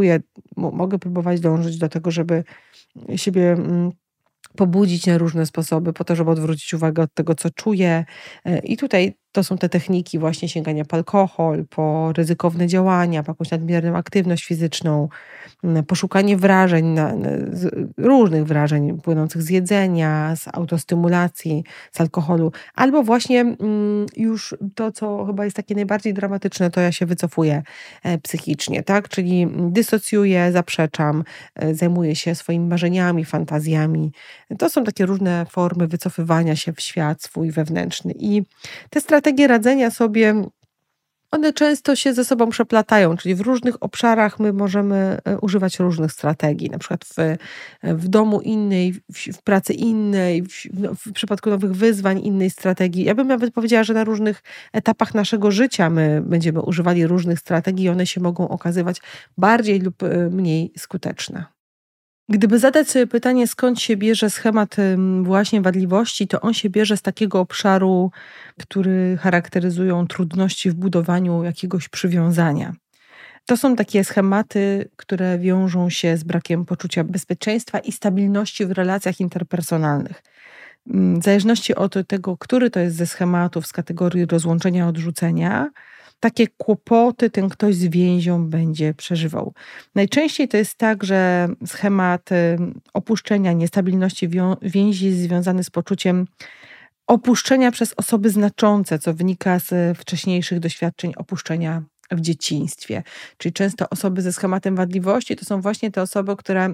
mogę próbować dążyć do tego, żeby siebie pobudzić na różne sposoby po to, żeby odwrócić uwagę od tego, co czuję. I tutaj to są te techniki właśnie sięgania po alkohol, po ryzykowne działania, po jakąś nadmierną aktywność fizyczną, poszukanie wrażeń, różnych wrażeń płynących z jedzenia, z autostymulacji, z alkoholu, albo właśnie już to, co chyba jest takie najbardziej dramatyczne, to ja się wycofuję psychicznie, tak? Czyli dysocjuję, zaprzeczam, zajmuję się swoimi marzeniami, fantazjami. To są takie różne formy wycofywania się w świat swój wewnętrzny. I te strategie radzenia sobie, one często się ze sobą przeplatają, czyli w różnych obszarach my możemy używać różnych strategii, na przykład w domu innej, w pracy innej, w przypadku nowych wyzwań innej strategii. Ja bym nawet powiedziała, że na różnych etapach naszego życia my będziemy używali różnych strategii i one się mogą okazywać bardziej lub mniej skuteczne. Gdyby zadać sobie pytanie, skąd się bierze schemat właśnie wadliwości, to on się bierze z takiego obszaru, który charakteryzują trudności w budowaniu jakiegoś przywiązania. To są takie schematy, które wiążą się z brakiem poczucia bezpieczeństwa i stabilności w relacjach interpersonalnych. W zależności od tego, który to jest ze schematów z kategorii rozłączenia, odrzucenia, takie kłopoty ten ktoś z więzią będzie przeżywał. Najczęściej to jest tak, że schemat opuszczenia, niestabilności więzi jest związany z poczuciem opuszczenia przez osoby znaczące, co wynika z wcześniejszych doświadczeń opuszczenia w dzieciństwie. Czyli często osoby ze schematem wadliwości to są właśnie te osoby, które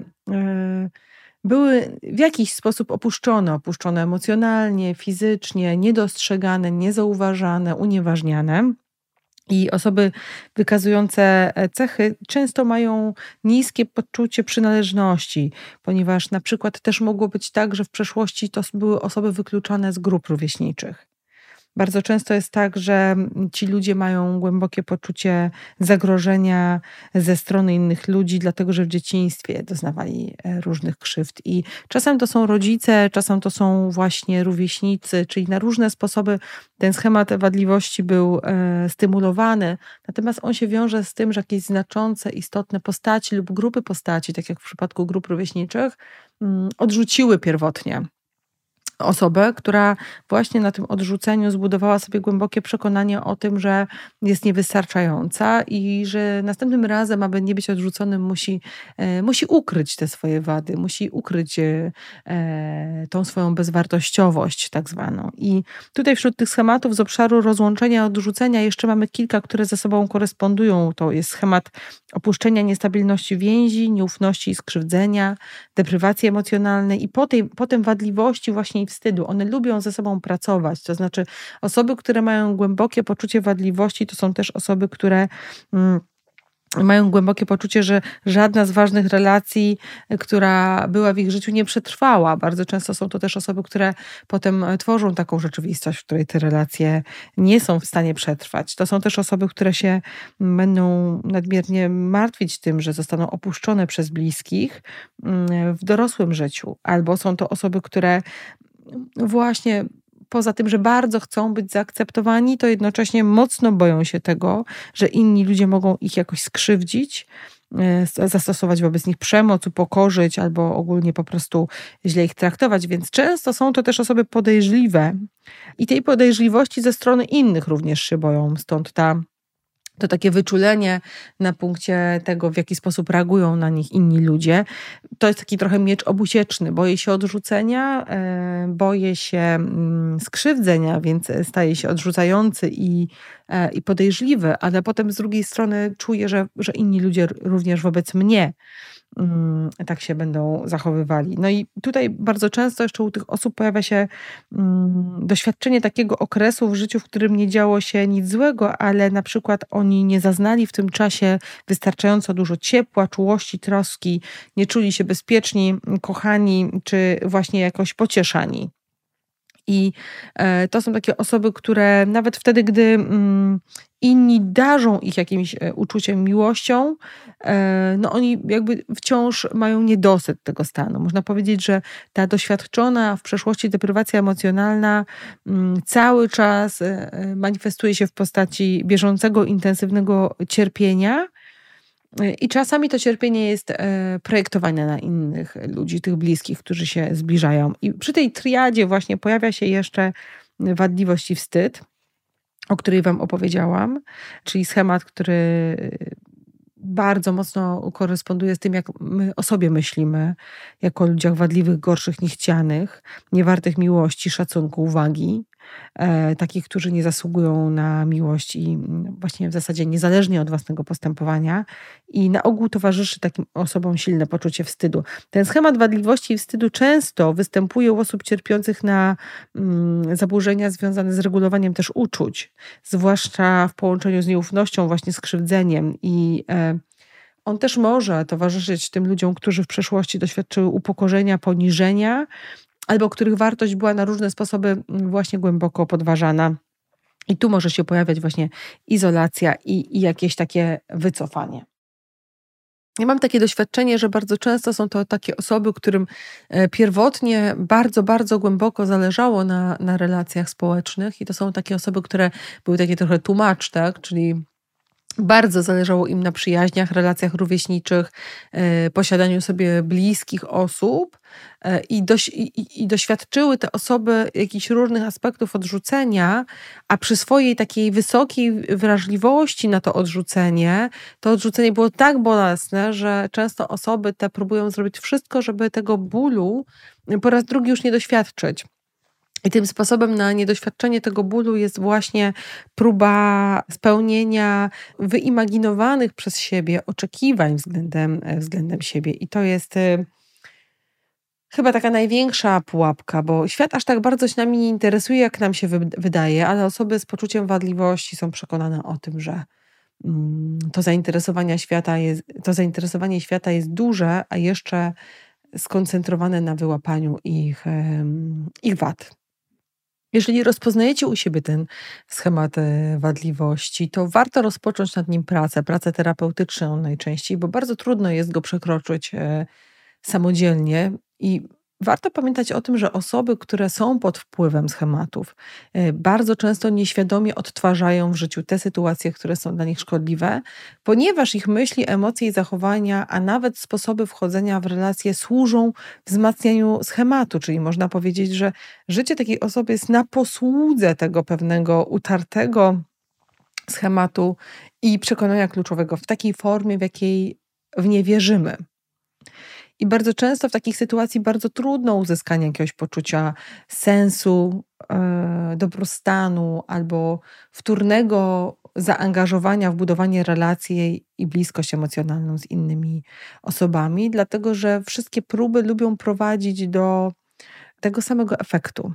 były w jakiś sposób opuszczone emocjonalnie, fizycznie, niedostrzegane, niezauważane, unieważniane. I osoby wykazujące cechy często mają niskie poczucie przynależności, ponieważ na przykład też mogło być tak, że w przeszłości to były osoby wykluczane z grup rówieśniczych. Bardzo często jest tak, że ci ludzie mają głębokie poczucie zagrożenia ze strony innych ludzi, dlatego że w dzieciństwie doznawali różnych krzywd. I czasem to są rodzice, czasem to są właśnie rówieśnicy, czyli na różne sposoby ten schemat wadliwości był stymulowany. Natomiast on się wiąże z tym, że jakieś znaczące, istotne postaci lub grupy postaci, tak jak w przypadku grup rówieśniczych, odrzuciły pierwotnie osobę, która właśnie na tym odrzuceniu zbudowała sobie głębokie przekonanie o tym, że jest niewystarczająca i że następnym razem, aby nie być odrzuconym, musi ukryć te swoje wady, musi ukryć tą swoją bezwartościowość tak zwaną. I tutaj wśród tych schematów z obszaru rozłączenia, odrzucenia jeszcze mamy kilka, które ze sobą korespondują. To jest schemat opuszczenia, niestabilności więzi, nieufności i skrzywdzenia, deprywacji emocjonalnej i potem wadliwości właśnie i wstydu. One lubią ze sobą pracować. To znaczy osoby, które mają głębokie poczucie wadliwości, to są też osoby, które mają głębokie poczucie, że żadna z ważnych relacji, która była w ich życiu, nie przetrwała. Bardzo często są to też osoby, które potem tworzą taką rzeczywistość, w której te relacje nie są w stanie przetrwać. To są też osoby, które się będą nadmiernie martwić tym, że zostaną opuszczone przez bliskich w dorosłym życiu. Albo są to osoby, które właśnie poza tym, że bardzo chcą być zaakceptowani, to jednocześnie mocno boją się tego, że inni ludzie mogą ich jakoś skrzywdzić, zastosować wobec nich przemoc, upokorzyć albo ogólnie po prostu źle ich traktować. Więc często są to też osoby podejrzliwe i tej podejrzliwości ze strony innych również się boją. Stąd to takie wyczulenie na punkcie tego, w jaki sposób reagują na nich inni ludzie. To jest taki trochę miecz obusieczny. Boję się odrzucenia, boję się skrzywdzenia, więc staje się odrzucający i i podejrzliwy, ale potem z drugiej strony czuję, że inni ludzie również wobec mnie tak się będą zachowywali. No i tutaj bardzo często jeszcze u tych osób pojawia się doświadczenie takiego okresu w życiu, w którym nie działo się nic złego, ale na przykład oni nie zaznali w tym czasie wystarczająco dużo ciepła, czułości, troski, nie czuli się bezpieczni, kochani, czy właśnie jakoś pocieszani. I to są takie osoby, które nawet wtedy, gdy inni darzą ich jakimś uczuciem, miłością, no oni jakby wciąż mają niedosyt tego stanu. Można powiedzieć, że ta doświadczona w przeszłości deprywacja emocjonalna cały czas manifestuje się w postaci bieżącego, intensywnego cierpienia. I czasami to cierpienie jest projektowane na innych ludzi, tych bliskich, którzy się zbliżają. I przy tej triadzie właśnie pojawia się jeszcze wadliwość i wstyd, o której wam opowiedziałam, czyli schemat, który bardzo mocno koresponduje z tym, jak my o sobie myślimy, jako o ludziach wadliwych, gorszych, niechcianych, niewartych miłości, szacunku, uwagi, takich, którzy nie zasługują na miłość i właśnie w zasadzie niezależnie od własnego postępowania. I na ogół towarzyszy takim osobom silne poczucie wstydu. Ten schemat wadliwości i wstydu często występuje u osób cierpiących na zaburzenia związane z regulowaniem też uczuć, zwłaszcza w połączeniu z nieufnością, właśnie skrzywdzeniem i on też może towarzyszyć tym ludziom, którzy w przeszłości doświadczyły upokorzenia, poniżenia, albo których wartość była na różne sposoby właśnie głęboko podważana. I tu może się pojawiać właśnie izolacja i jakieś takie wycofanie. Ja mam takie doświadczenie, że bardzo często są to takie osoby, którym pierwotnie bardzo, bardzo głęboko zależało na relacjach społecznych i to są takie osoby, które były takie trochę tłumacz, tak? Czyli bardzo zależało im na przyjaźniach, relacjach rówieśniczych, posiadaniu sobie bliskich osób i doświadczyły te osoby jakichś różnych aspektów odrzucenia, a przy swojej takiej wysokiej wrażliwości na to odrzucenie było tak bolesne, że często osoby te próbują zrobić wszystko, żeby tego bólu po raz drugi już nie doświadczyć. I tym sposobem na niedoświadczenie tego bólu jest właśnie próba spełnienia wyimaginowanych przez siebie oczekiwań względem siebie. I to jest chyba taka największa pułapka, bo świat aż tak bardzo się nami nie interesuje, jak nam się wydaje, ale osoby z poczuciem wadliwości są przekonane o tym, że to zainteresowanie świata jest duże, a jeszcze skoncentrowane na wyłapaniu ich wad. Jeżeli rozpoznajecie u siebie ten schemat wadliwości, to warto rozpocząć nad nim pracę terapeutyczną najczęściej, bo bardzo trudno jest go przekroczyć samodzielnie i warto pamiętać o tym, że osoby, które są pod wpływem schematów, bardzo często nieświadomie odtwarzają w życiu te sytuacje, które są dla nich szkodliwe, ponieważ ich myśli, emocje i zachowania, a nawet sposoby wchodzenia w relacje służą wzmacnianiu schematu, czyli można powiedzieć, że życie takiej osoby jest na posłudze tego pewnego utartego schematu i przekonania kluczowego w takiej formie, w jakiej w nie wierzymy. I bardzo często w takich sytuacji bardzo trudno uzyskanie jakiegoś poczucia sensu, dobrostanu albo wtórnego zaangażowania w budowanie relacji i bliskość emocjonalną z innymi osobami, dlatego że wszystkie próby lubią prowadzić do tego samego efektu.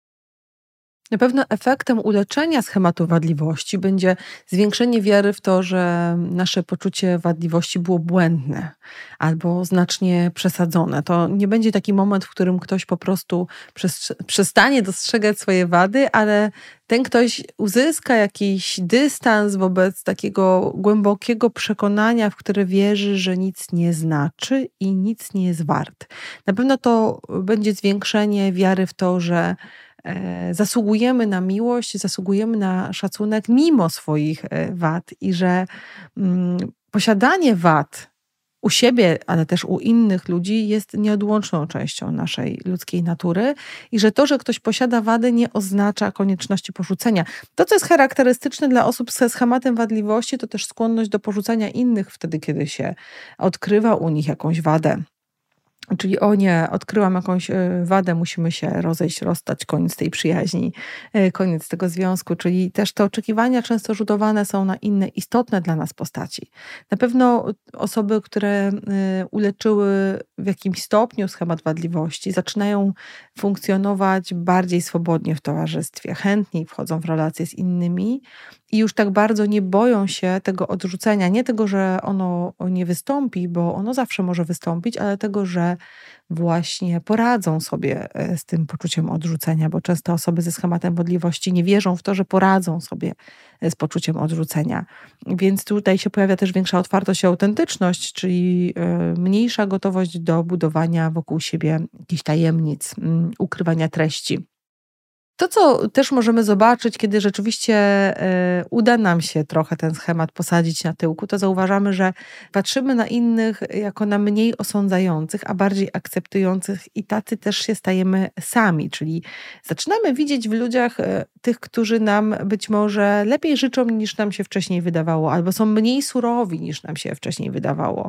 Na pewno efektem uleczenia schematu wadliwości będzie zwiększenie wiary w to, że nasze poczucie wadliwości było błędne albo znacznie przesadzone. To nie będzie taki moment, w którym ktoś po prostu przestanie dostrzegać swoje wady, ale ten ktoś uzyska jakiś dystans wobec takiego głębokiego przekonania, w które wierzy, że nic nie znaczy i nic nie jest wart. Na pewno to będzie zwiększenie wiary w to, że zasługujemy na miłość, zasługujemy na szacunek mimo swoich wad i że posiadanie wad u siebie, ale też u innych ludzi jest nieodłączną częścią naszej ludzkiej natury i że to, że ktoś posiada wady, nie oznacza konieczności porzucenia. To, co jest charakterystyczne dla osób ze schematem wadliwości, to też skłonność do porzucania innych wtedy, kiedy się odkrywa u nich jakąś wadę. Czyli o nie, odkryłam jakąś wadę, musimy się rozejść, rozstać, koniec tej przyjaźni, koniec tego związku. Czyli też te oczekiwania często rzutowane są na inne istotne dla nas postaci. Na pewno osoby, które uleczyły w jakimś stopniu schemat wadliwości, zaczynają funkcjonować bardziej swobodnie w towarzystwie, chętniej wchodzą w relacje z innymi i już tak bardzo nie boją się tego odrzucenia. Nie tego, że ono nie wystąpi, bo ono zawsze może wystąpić, ale tego, że właśnie poradzą sobie z tym poczuciem odrzucenia, bo często osoby ze schematem wątpliwości nie wierzą w to, że poradzą sobie z poczuciem odrzucenia. Więc tutaj się pojawia też większa otwartość i autentyczność, czyli mniejsza gotowość do budowania wokół siebie jakichś tajemnic, ukrywania treści. To, co też możemy zobaczyć, kiedy rzeczywiście uda nam się trochę ten schemat posadzić na tyłku, to zauważamy, że patrzymy na innych jako na mniej osądzających, a bardziej akceptujących i tacy też się stajemy sami, czyli zaczynamy widzieć w ludziach tych, którzy nam być może lepiej życzą niż nam się wcześniej wydawało, albo są mniej surowi niż nam się wcześniej wydawało.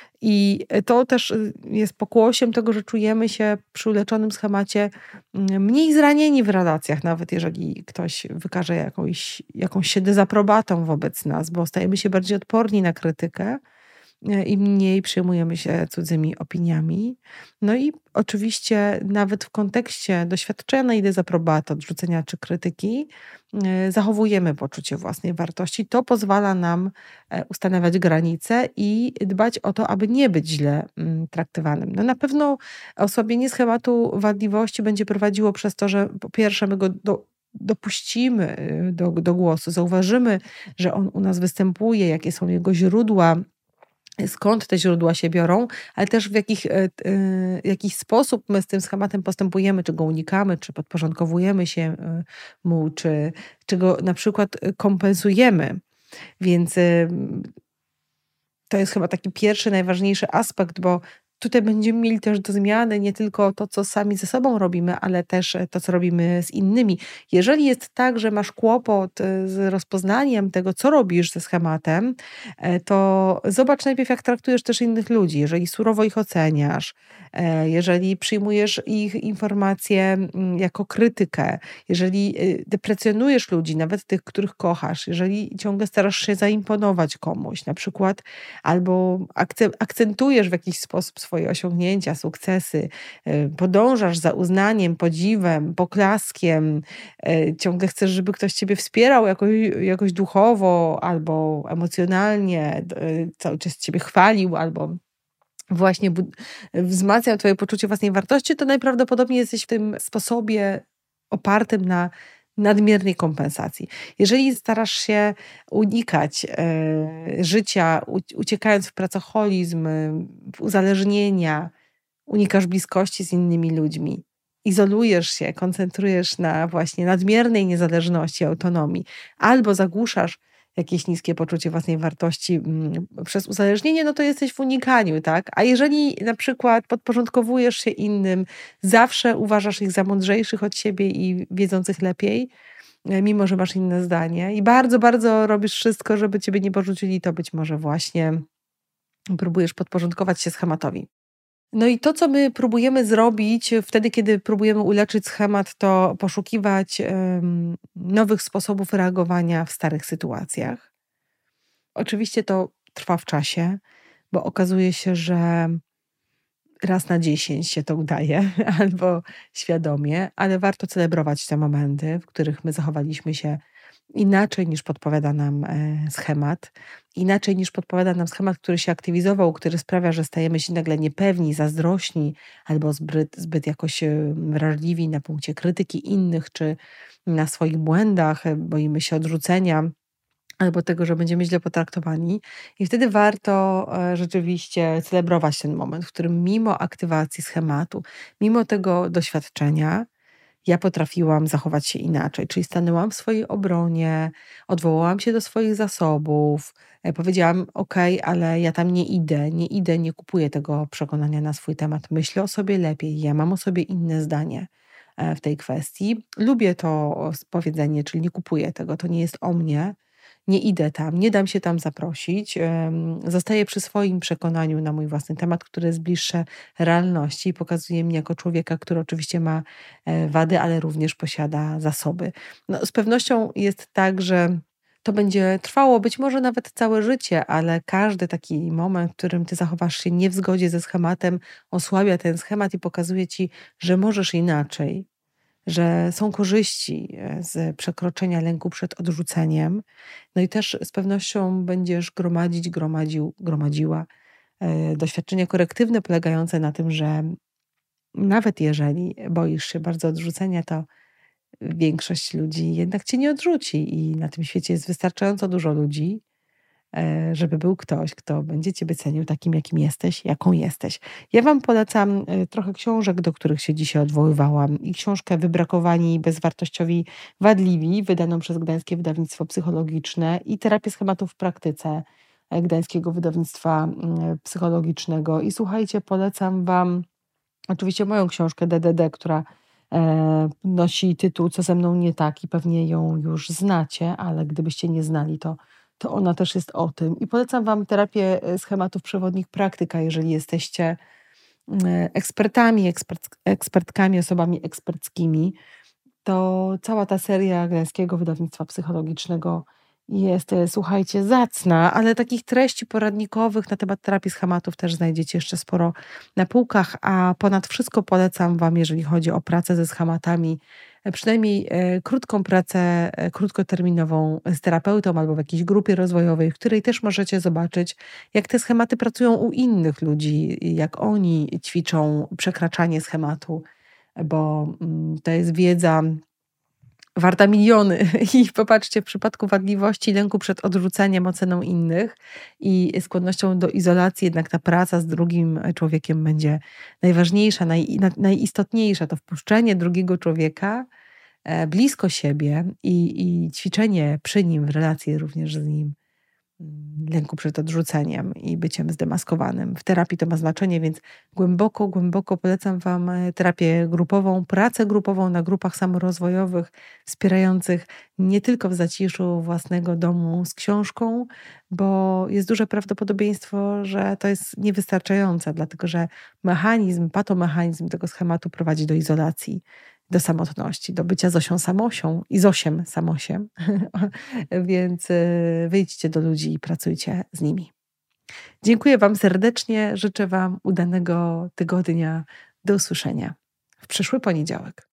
I to też jest pokłosiem tego, że czujemy się przy uleczonym schemacie mniej zranieni w relacjach, nawet jeżeli ktoś wykaże jakąś się dezaprobatą wobec nas, bo stajemy się bardziej odporni na krytykę i mniej przejmujemy się cudzymi opiniami. No i oczywiście nawet w kontekście doświadczonej dezaprobaty, odrzucenia czy krytyki, zachowujemy poczucie własnej wartości. To pozwala nam ustanawiać granice i dbać o to, aby nie być źle traktowanym. No na pewno osłabienie schematu wadliwości będzie prowadziło przez to, że po pierwsze my go dopuścimy do głosu, zauważymy, że on u nas występuje, jakie są jego źródła, skąd te źródła się biorą, ale też w jakiś sposób my z tym schematem postępujemy, czy go unikamy, czy podporządkowujemy się mu, czy go na przykład kompensujemy. Więc to jest chyba taki pierwszy, najważniejszy aspekt, bo tutaj będziemy mieli też do zmiany nie tylko to, co sami ze sobą robimy, ale też to, co robimy z innymi. Jeżeli jest tak, że masz kłopot z rozpoznaniem tego, co robisz ze schematem, to zobacz najpierw, jak traktujesz też innych ludzi. Jeżeli surowo ich oceniasz, jeżeli przyjmujesz ich informacje jako krytykę, jeżeli deprecjonujesz ludzi, nawet tych, których kochasz, jeżeli ciągle starasz się zaimponować komuś, na przykład, albo akcentujesz w jakiś sposób swoje osiągnięcia, sukcesy, podążasz za uznaniem, podziwem, poklaskiem, ciągle chcesz, żeby ktoś ciebie wspierał jakoś duchowo albo emocjonalnie, cały czas ciebie chwalił albo właśnie wzmacniał twoje poczucie własnej wartości, to najprawdopodobniej jesteś w tym sposobie opartym na nadmiernej kompensacji. Jeżeli starasz się unikać życia, uciekając w pracoholizm, w uzależnienia, unikasz bliskości z innymi ludźmi, izolujesz się, koncentrujesz na właśnie nadmiernej niezależności, autonomii, albo zagłuszasz jakieś niskie poczucie własnej wartości przez uzależnienie, no to jesteś w unikaniu, tak? A jeżeli na przykład podporządkowujesz się innym, zawsze uważasz ich za mądrzejszych od siebie i wiedzących lepiej, mimo że masz inne zdanie i bardzo, bardzo robisz wszystko, żeby ciebie nie porzucili, to być może właśnie próbujesz podporządkować się schematowi. No i to, co my próbujemy zrobić wtedy, kiedy próbujemy uleczyć schemat, to poszukiwać nowych sposobów reagowania w starych sytuacjach. Oczywiście to trwa w czasie, bo okazuje się, że raz na 10 się to udaje, albo świadomie, ale warto celebrować te momenty, w których my zachowaliśmy się inaczej niż podpowiada nam schemat, inaczej niż podpowiada nam schemat, który się aktywizował, który sprawia, że stajemy się nagle niepewni, zazdrośni albo zbyt jakoś wrażliwi na punkcie krytyki innych czy na swoich błędach, boimy się odrzucenia albo tego, że będziemy źle potraktowani. I wtedy warto rzeczywiście celebrować ten moment, w którym mimo aktywacji schematu, mimo tego doświadczenia, ja potrafiłam zachować się inaczej, czyli stanęłam w swojej obronie, odwołałam się do swoich zasobów, powiedziałam: okej, ale ja tam nie idę, nie kupuję tego przekonania na swój temat, myślę o sobie lepiej, ja mam o sobie inne zdanie w tej kwestii. Lubię to powiedzenie, czyli nie kupuję tego, to nie jest o mnie. nie idę tam, nie dam się tam zaprosić, zostaję przy swoim przekonaniu na mój własny temat, które jest bliższe realności i pokazuje mnie jako człowieka, który oczywiście ma wady, ale również posiada zasoby. No, z pewnością jest tak, że to będzie trwało być może nawet całe życie, ale każdy taki moment, w którym ty zachowasz się nie w zgodzie ze schematem, osłabia ten schemat i pokazuje ci, że możesz inaczej, że są korzyści z przekroczenia lęku przed odrzuceniem. No i też z pewnością będziesz gromadziła doświadczenia korektywne polegające na tym, że nawet jeżeli boisz się bardzo odrzucenia, to większość ludzi jednak cię nie odrzuci i na tym świecie jest wystarczająco dużo ludzi, żeby był ktoś, kto będzie ciebie cenił takim, jakim jesteś, jaką jesteś. Ja wam polecam trochę książek, do których się dzisiaj odwoływałam. I książkę Wybrakowani, bezwartościowi, wadliwi, wydaną przez Gdańskie Wydawnictwo Psychologiczne i Terapię schematów w praktyce Gdańskiego Wydawnictwa Psychologicznego. I słuchajcie, polecam wam oczywiście moją książkę DDD, która nosi tytuł Co ze mną nie tak i pewnie ją już znacie, ale gdybyście nie znali, to ona też jest o tym. I polecam wam terapię schematów przewodnich praktyka, jeżeli jesteście ekspertami, ekspertkami, osobami eksperckimi, to cała ta seria Gdańskiego Wydawnictwa Psychologicznego jest, słuchajcie, zacna, ale takich treści poradnikowych na temat terapii schematów też znajdziecie jeszcze sporo na półkach, a ponad wszystko polecam wam, jeżeli chodzi o pracę ze schematami, przynajmniej krótką pracę, krótkoterminową z terapeutą albo w jakiejś grupie rozwojowej, w której też możecie zobaczyć, jak te schematy pracują u innych ludzi, jak oni ćwiczą przekraczanie schematu, bo to jest wiedza warta miliony. I popatrzcie, w przypadku wadliwości, lęku przed odrzuceniem, oceną innych i skłonnością do izolacji, jednak ta praca z drugim człowiekiem będzie najważniejsza, najistotniejsza. To wpuszczenie drugiego człowieka blisko siebie i ćwiczenie przy nim, w relacji również z nim, lęku przed odrzuceniem i byciem zdemaskowanym. W terapii to ma znaczenie, więc głęboko polecam wam terapię grupową, pracę grupową na grupach samorozwojowych, wspierających nie tylko w zaciszu własnego domu z książką, bo jest duże prawdopodobieństwo, że to jest niewystarczające, dlatego że patomechanizm tego schematu prowadzi do izolacji, do samotności, do bycia Zosią Samosią i Zosiem Samosiem. Więc wyjdźcie do ludzi i pracujcie z nimi. Dziękuję wam serdecznie, życzę wam udanego tygodnia. Do usłyszenia w przyszły poniedziałek.